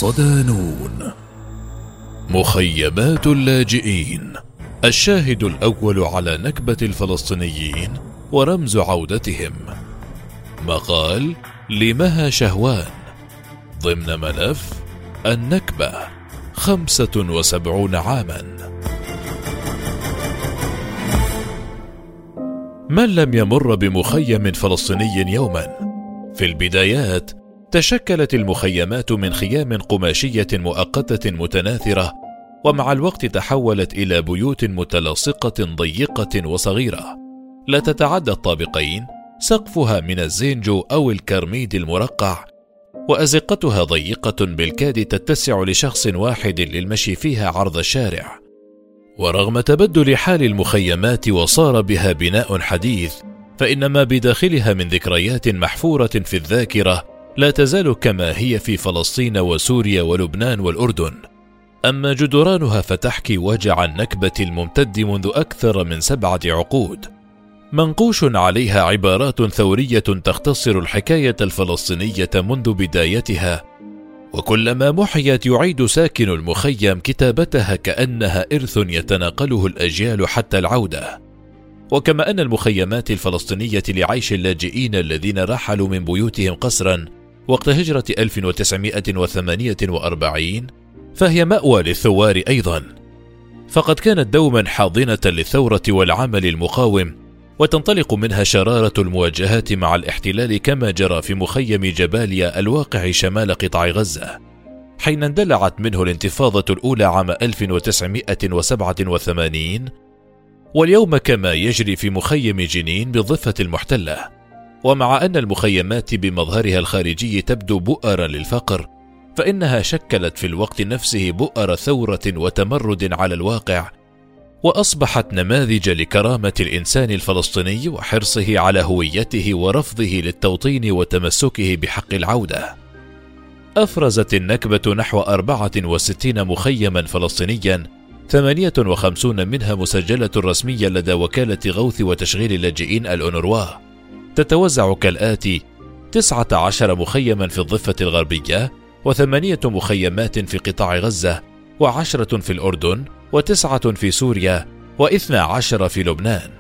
صدانون. مخيمات اللاجئين، الشاهد الأول على نكبة الفلسطينيين ورمز عودتهم. مقال لمها شهوان ضمن ملف النكبة 75 عاما. من لم يمر بمخيم فلسطيني يوما؟ في البدايات تشكلت المخيمات من خيام قماشية مؤقتة متناثرة، ومع الوقت تحولت إلى بيوت متلاصقة ضيقة وصغيرة لا تتعدى الطابقين، سقفها من الزينج أو الكرميد المرقع، وأزقتها ضيقة بالكاد تتسع لشخص واحد للمشي فيها عرض الشارع. ورغم تبدل حال المخيمات وصار بها بناء حديث، فإن ما بداخلها من ذكريات محفورة في الذاكرة لا تزال كما هي في فلسطين وسوريا ولبنان والأردن. أما جدرانها فتحكي وجع النكبة الممتد منذ أكثر من 7 عقود، منقوش عليها عبارات ثورية تختصر الحكاية الفلسطينية منذ بدايتها، وكلما محيت يعيد ساكن المخيم كتابتها كأنها إرث يتناقله الأجيال حتى العودة. وكما أن المخيمات الفلسطينية لعيش اللاجئين الذين رحلوا من بيوتهم قسرا وقت هجرة 1948، فهي مأوى للثوار أيضا، فقد كانت دوما حاضنة للثورة والعمل المقاوم، وتنطلق منها شرارة المواجهات مع الاحتلال كما جرى في مخيم جباليا الواقع شمال قطاع غزة، حين اندلعت منه الانتفاضة الأولى عام 1987، واليوم كما يجري في مخيم جنين بالضفة المحتلة. ومع أن المخيمات بمظهرها الخارجي تبدو بؤرا للفقر، فإنها شكلت في الوقت نفسه بؤر ثورة وتمرد على الواقع، وأصبحت نماذج لكرامة الإنسان الفلسطيني وحرصه على هويته ورفضه للتوطين وتمسكه بحق العودة. أفرزت النكبة نحو 64 مخيما فلسطينيا، 58 منها مسجلة رسميا لدى وكالة غوث وتشغيل اللاجئين الأونروا، تتوزع كالآتي: 19 مخيما في الضفة الغربية، و8 مخيمات في قطاع غزة، و10 في الأردن، و9 في سوريا، و12 في لبنان.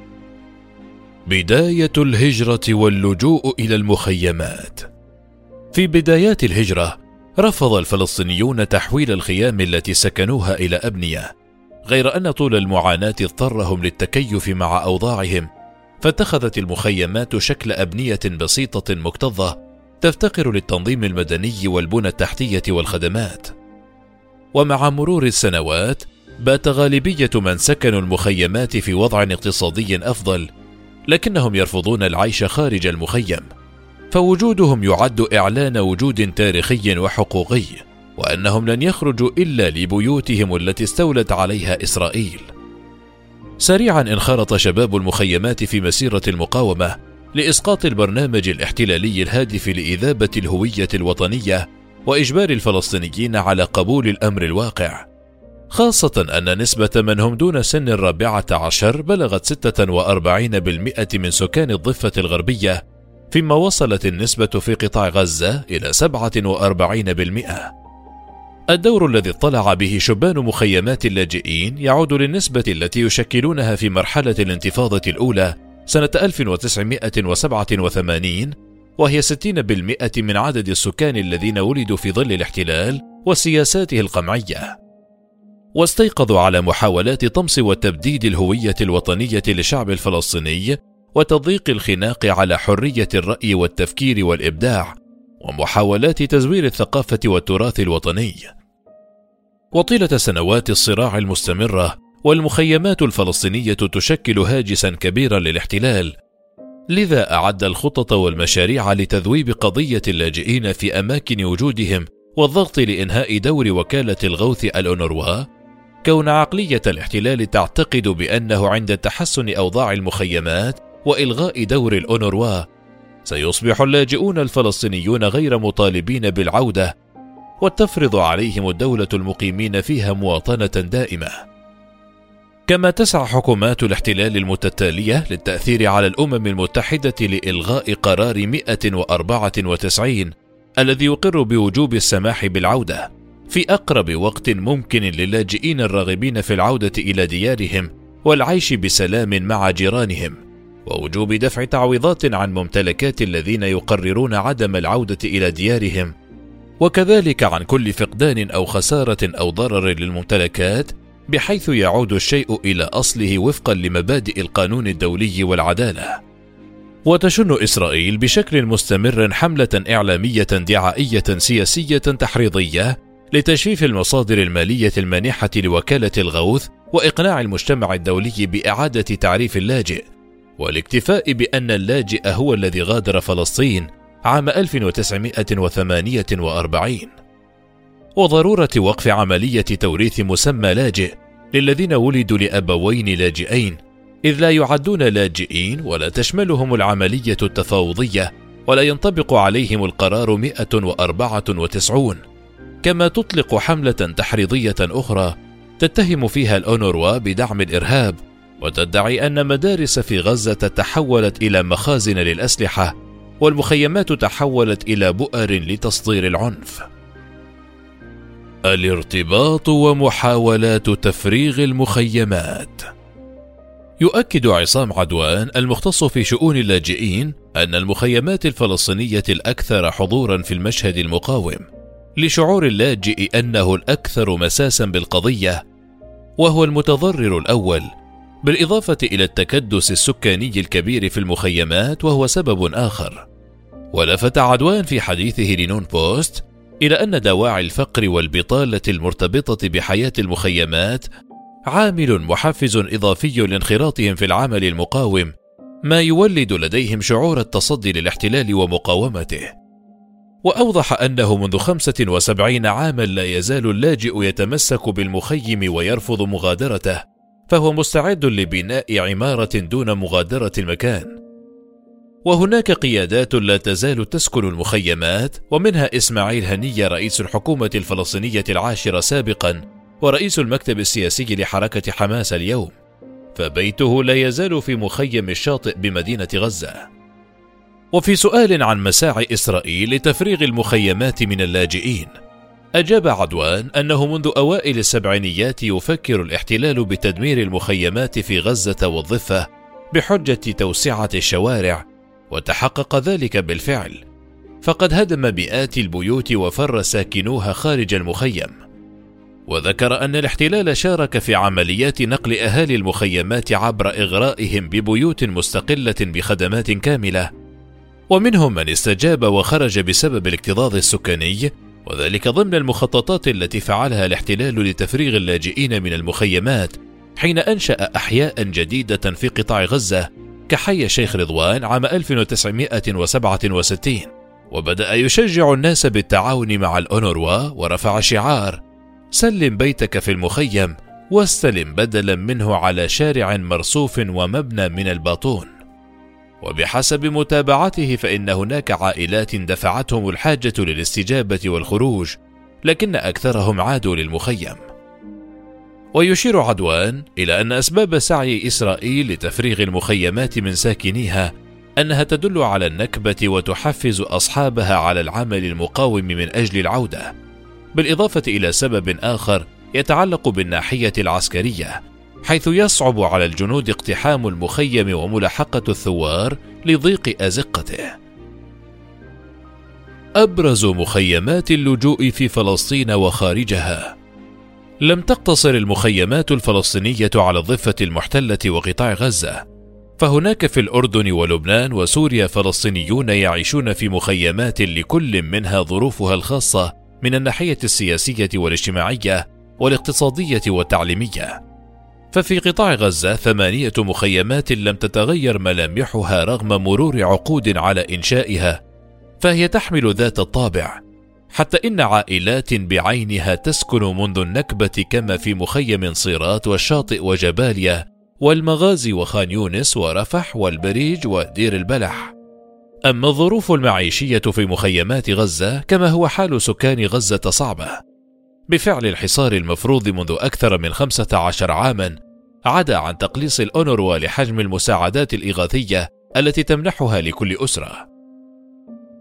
بداية الهجرة واللجوء إلى المخيمات. في بدايات الهجرة رفض الفلسطينيون تحويل الخيام التي سكنوها إلى أبنية، غير أن طول المعاناة اضطرهم للتكيف مع أوضاعهم، فاتخذت المخيمات شكل أبنية بسيطة مكتظة تفتقر للتنظيم المدني والبنى التحتية والخدمات. ومع مرور السنوات بات غالبية من سكنوا المخيمات في وضع اقتصادي أفضل، لكنهم يرفضون العيش خارج المخيم، فوجودهم يعد إعلان وجود تاريخي وحقوقي، وأنهم لن يخرجوا إلا لبيوتهم التي استولت عليها إسرائيل. سريعا انخرط شباب المخيمات في مسيرة المقاومة لإسقاط البرنامج الاحتلالي الهادف لإذابة الهوية الوطنية وإجبار الفلسطينيين على قبول الأمر الواقع، خاصة أن نسبة من هم دون سن 14 بلغت 46% من سكان الضفة الغربية، فيما وصلت النسبة في قطاع غزة إلى 47%. الدور الذي اطلع به شبان مخيمات اللاجئين يعود للنسبة التي يشكلونها في مرحلة الانتفاضة الأولى سنة 1987، وهي 60% من عدد السكان الذين ولدوا في ظل الاحتلال وسياساته القمعية، واستيقظوا على محاولات طمس وتبديد الهوية الوطنية للشعب الفلسطيني وتضييق الخناق على حرية الرأي والتفكير والإبداع، ومحاولات تزوير الثقافة والتراث الوطني. وطيلة سنوات الصراع المستمرة والمخيمات الفلسطينية تشكل هاجسا كبيرا للاحتلال، لذا أعد الخطط والمشاريع لتذويب قضية اللاجئين في أماكن وجودهم والضغط لإنهاء دور وكالة الغوث الأونروا، كون عقلية الاحتلال تعتقد بأنه عند تحسن أوضاع المخيمات وإلغاء دور الأونروا سيصبح اللاجئون الفلسطينيون غير مطالبين بالعودة، وتفرض عليهم الدولة المقيمين فيها مواطنة دائمة. كما تسعى حكومات الاحتلال المتتالية للتأثير على الأمم المتحدة لإلغاء قرار 194 الذي يقر بوجوب السماح بالعودة في أقرب وقت ممكن للاجئين الراغبين في العودة إلى ديارهم والعيش بسلام مع جيرانهم، ووجوب دفع تعويضات عن ممتلكات الذين يقررون عدم العودة إلى ديارهم، وكذلك عن كل فقدان أو خسارة أو ضرر للممتلكات، بحيث يعود الشيء إلى أصله وفقا لمبادئ القانون الدولي والعدالة. وتشن إسرائيل بشكل مستمر حملة إعلامية دعائية سياسية تحريضية لتجفيف المصادر المالية المانحة لوكالة الغوث وإقناع المجتمع الدولي بإعادة تعريف اللاجئ، والاكتفاء بأن اللاجئ هو الذي غادر فلسطين عام 1948، وضرورة وقف عملية توريث مسمى لاجئ للذين ولدوا لأبوين لاجئين، إذ لا يعدون لاجئين ولا تشملهم العملية التفاوضية ولا ينطبق عليهم القرار 194، كما تطلق حملة تحريضية أخرى تتهم فيها الأونروا بدعم الإرهاب، وتدعي أن مدارس في غزة تحولت إلى مخازن للأسلحة، والمخيمات تحولت إلى بؤر لتصدير العنف. الارتباط ومحاولات تفريغ المخيمات. يؤكد عصام عدوان المختص في شؤون اللاجئين أن المخيمات الفلسطينية الأكثر حضورا في المشهد المقاوم، لشعور اللاجئ أنه الأكثر مساسا بالقضية وهو المتضرر الأول، بالإضافة إلى التكدس السكاني الكبير في المخيمات وهو سبب آخر. ولفت عدوان في حديثه لنون بوست إلى أن دواعي الفقر والبطالة المرتبطة بحياة المخيمات عامل محفز إضافي لانخراطهم في العمل المقاوم، ما يولد لديهم شعور التصدي للاحتلال ومقاومته. وأوضح أنه منذ 75 عاما لا يزال اللاجئ يتمسك بالمخيم ويرفض مغادرته، فهو مستعد لبناء عمارة دون مغادرة المكان. وهناك قيادات لا تزال تسكن المخيمات، ومنها إسماعيل هنية رئيس الحكومة الفلسطينية العاشرة سابقا ورئيس المكتب السياسي لحركة حماس اليوم، فبيته لا يزال في مخيم الشاطئ بمدينة غزة. وفي سؤال عن مساعي إسرائيل لتفريغ المخيمات من اللاجئين، أجاب عدوان أنه منذ أوائل السبعينيات يفكر الاحتلال بتدمير المخيمات في غزة والضفة بحجة توسعة الشوارع، وتحقق ذلك بالفعل، فقد هدم مئات البيوت وفر ساكنوها خارج المخيم. وذكر أن الاحتلال شارك في عمليات نقل أهالي المخيمات عبر إغرائهم ببيوت مستقلة بخدمات كاملة، ومنهم من استجاب وخرج بسبب الاكتظاظ السكاني، وذلك ضمن المخططات التي فعلها الاحتلال لتفريغ اللاجئين من المخيمات حين أنشأ أحياء جديدة في قطاع غزة كحي شيخ رضوان عام 1967، وبدأ يشجع الناس بالتعاون مع الأونروا، ورفع شعار سلم بيتك في المخيم واستلم بدلا منه على شارع مرصوف ومبنى من الباطون. وبحسب متابعته فإن هناك عائلات دفعتهم الحاجة للاستجابة والخروج، لكن أكثرهم عادوا للمخيم. ويشير عدوان إلى أن أسباب سعي إسرائيل لتفريغ المخيمات من ساكنيها أنها تدل على النكبة وتحفز أصحابها على العمل المقاوم من أجل العودة، بالإضافة إلى سبب آخر يتعلق بالناحية العسكرية، حيث يصعب على الجنود اقتحام المخيم وملاحقة الثوار لضيق أزقته. أبرز مخيمات اللجوء في فلسطين وخارجها. لم تقتصر المخيمات الفلسطينية على الضفة المحتلة وقطاع غزة، فهناك في الأردن ولبنان وسوريا فلسطينيون يعيشون في مخيمات لكل منها ظروفها الخاصة من الناحية السياسية والاجتماعية والاقتصادية والتعليمية. ففي قطاع غزة 8 مخيمات لم تتغير ملامحها رغم مرور عقود على إنشائها، فهي تحمل ذات الطابع، حتى إن عائلات بعينها تسكن منذ النكبة، كما في مخيم صيرات والشاطئ وجباليا والمغازي وخان يونس ورفح والبريج ودير البلح. أما الظروف المعيشية في مخيمات غزة كما هو حال سكان غزة صعبة، بفعل الحصار المفروض منذ أكثر من 15 عاما، عدا عن تقليص الأونروا لحجم المساعدات الإغاثية التي تمنحها لكل أسرة.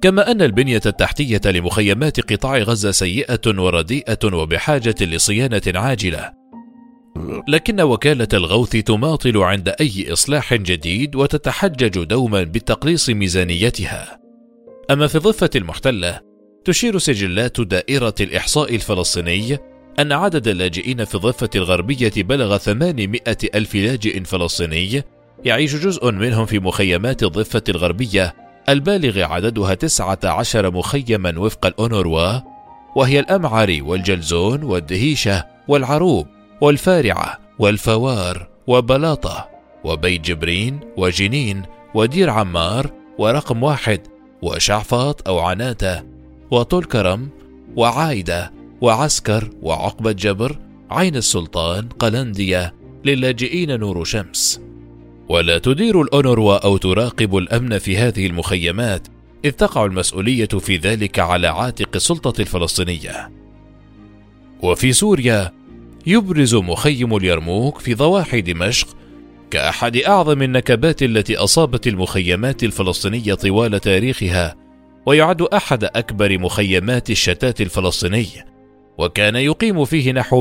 كما أن البنية التحتية لمخيمات قطاع غزة سيئة ورديئة وبحاجة لصيانة عاجلة، لكن وكالة الغوث تماطل عند أي إصلاح جديد وتتحجج دوما بتقليص ميزانيتها. أما في الضفة المحتلة، تشير سجلات دائرة الإحصاء الفلسطيني أن عدد اللاجئين في الضفة الغربية بلغ 800,000 لاجئ فلسطيني، يعيش جزء منهم في مخيمات الضفة الغربية البالغ عددها 19 مخيما وفق الأونروا، وهي الأمعري والجلزون والدهيشة والعروب والفارعة والفوار وبلاطة وبيت جبرين وجنين ودير عمار ورقم 1 وشعفاط أو عناتة وطول كرم وعايدة وعسكر وعقبة جبر عين السلطان قلندية للاجئين نور شمس. ولا تدير الأونروا أو تراقب الأمن في هذه المخيمات، إذ تقع المسؤولية في ذلك على عاتق السلطة الفلسطينية. وفي سوريا يبرز مخيم اليرموك في ضواحي دمشق كأحد أعظم النكبات التي أصابت المخيمات الفلسطينية طوال تاريخها، ويعد أحد أكبر مخيمات الشتات الفلسطيني، وكان يقيم فيه نحو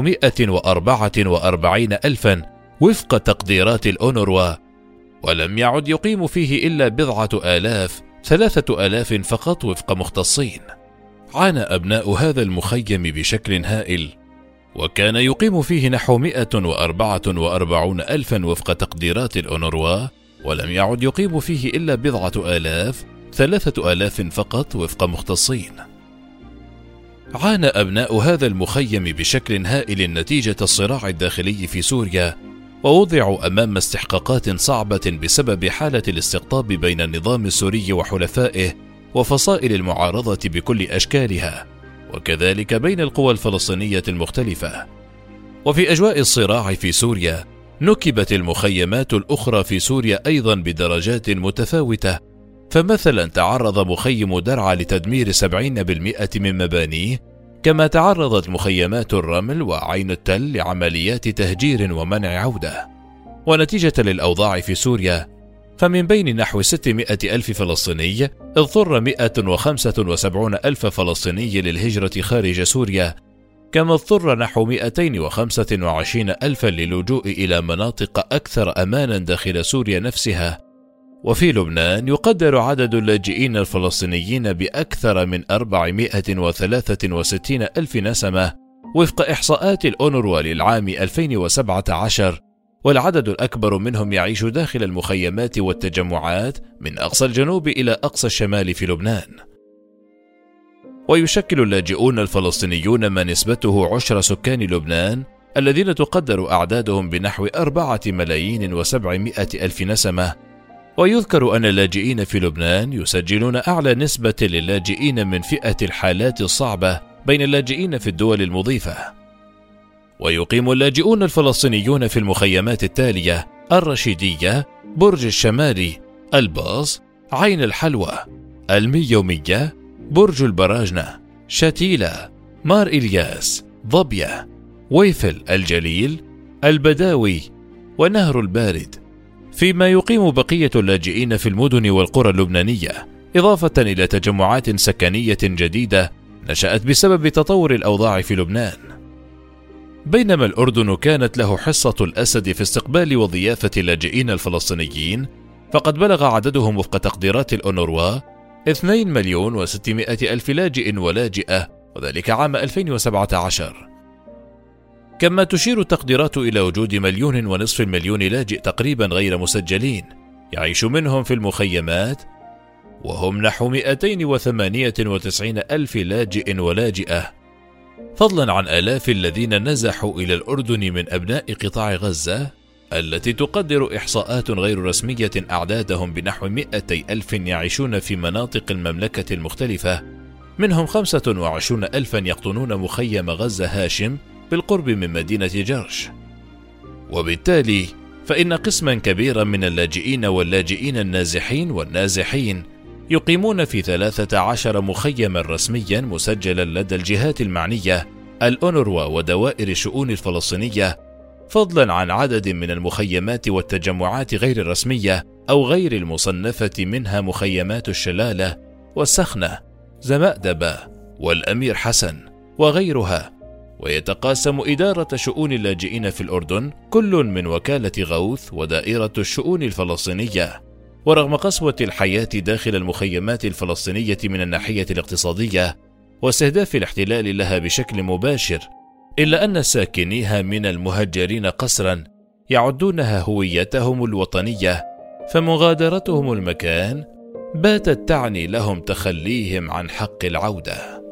144,000 وفق تقديرات الأونروا، ولم يعد يقيم فيه إلا 3,000 فقط وفق مختصين. عانى أبناء هذا المخيم بشكل هائل، وكان يقيم فيه نحو 144,000 وفق تقديرات الأونروا، ولم يعد يقيم فيه إلا 3,000 فقط وفق مختصين. عانى أبناء هذا المخيم بشكل هائل نتيجة الصراع الداخلي في سوريا، ووضعوا أمام استحقاقات صعبة بسبب حالة الاستقطاب بين النظام السوري وحلفائه وفصائل المعارضة بكل أشكالها، وكذلك بين القوى الفلسطينية المختلفة. وفي أجواء الصراع في سوريا نكبت المخيمات الأخرى في سوريا أيضا بدرجات متفاوتة، فمثلا تعرض مخيم درعا لتدمير 70% من مبانيه، كما تعرضت مخيمات الرمل وعين التل لعمليات تهجير ومنع عودة. ونتيجة للأوضاع في سوريا، فمن بين نحو 600,000 فلسطيني اضطر 175,000 فلسطيني للهجرة خارج سوريا، كما اضطر نحو 225,000 للجوء إلى مناطق أكثر أمانا داخل سوريا نفسها. وفي لبنان يقدر عدد اللاجئين الفلسطينيين بأكثر من 463,000 نسمة وفق إحصاءات الأونروا للعام 2017، والعدد الأكبر منهم يعيش داخل المخيمات والتجمعات من أقصى الجنوب إلى أقصى الشمال في لبنان. ويشكل اللاجئون الفلسطينيون ما نسبته عشر سكان لبنان، الذين تقدر أعدادهم بنحو 4,700,000 نسمة. ويذكر أن اللاجئين في لبنان يسجلون أعلى نسبة للاجئين من فئة الحالات الصعبة بين اللاجئين في الدول المضيفة. ويقيم اللاجئون الفلسطينيون في المخيمات التالية: الرشيدية، برج الشمالي، الباص، عين الحلوى، الميومية، برج البراجنة، شتيلة، مار إلياس، ضبية، ويفل، الجليل، البداوي، ونهر البارد. فيما يقيم بقية اللاجئين في المدن والقرى اللبنانية، إضافة إلى تجمعات سكنية جديدة نشأت بسبب تطور الأوضاع في لبنان. بينما الأردن كانت له حصة الأسد في استقبال وضيافة اللاجئين الفلسطينيين، فقد بلغ عددهم وفق تقديرات الأونروا 2,600,000 لاجئ ولاجئة، وذلك عام 2017. كما تشير التقديرات إلى وجود 1.5 مليون لاجئ تقريبا غير مسجلين يعيش منهم في المخيمات، وهم نحو 298,000 لاجئ ولاجئة، فضلا عن آلاف الذين نزحوا إلى الأردن من أبناء قطاع غزة، التي تقدر إحصاءات غير رسمية أعدادهم بنحو 200,000 يعيشون في مناطق المملكة المختلفة، منهم 25,000 يقطنون مخيم غزة هاشم بالقرب من مدينة جرش. وبالتالي فإن قسما كبيرا من اللاجئين واللاجئين النازحين والنازحين يقيمون في 13 مخيما رسميا مسجلا لدى الجهات المعنية، الأونروا ودوائر الشؤون الفلسطينية، فضلا عن عدد من المخيمات والتجمعات غير الرسمية أو غير المصنفة، منها مخيمات الشلالة والسخنة زمأدبة والأمير حسن وغيرها. ويتقاسم إدارة شؤون اللاجئين في الأردن كل من وكالة غوث ودائرة الشؤون الفلسطينية. ورغم قسوة الحياة داخل المخيمات الفلسطينية من الناحية الاقتصادية واستهداف الاحتلال لها بشكل مباشر، إلا أن ساكنيها من المهجرين قسرا يعدونها هويتهم الوطنية، فمغادرتهم المكان باتت تعني لهم تخليهم عن حق العودة.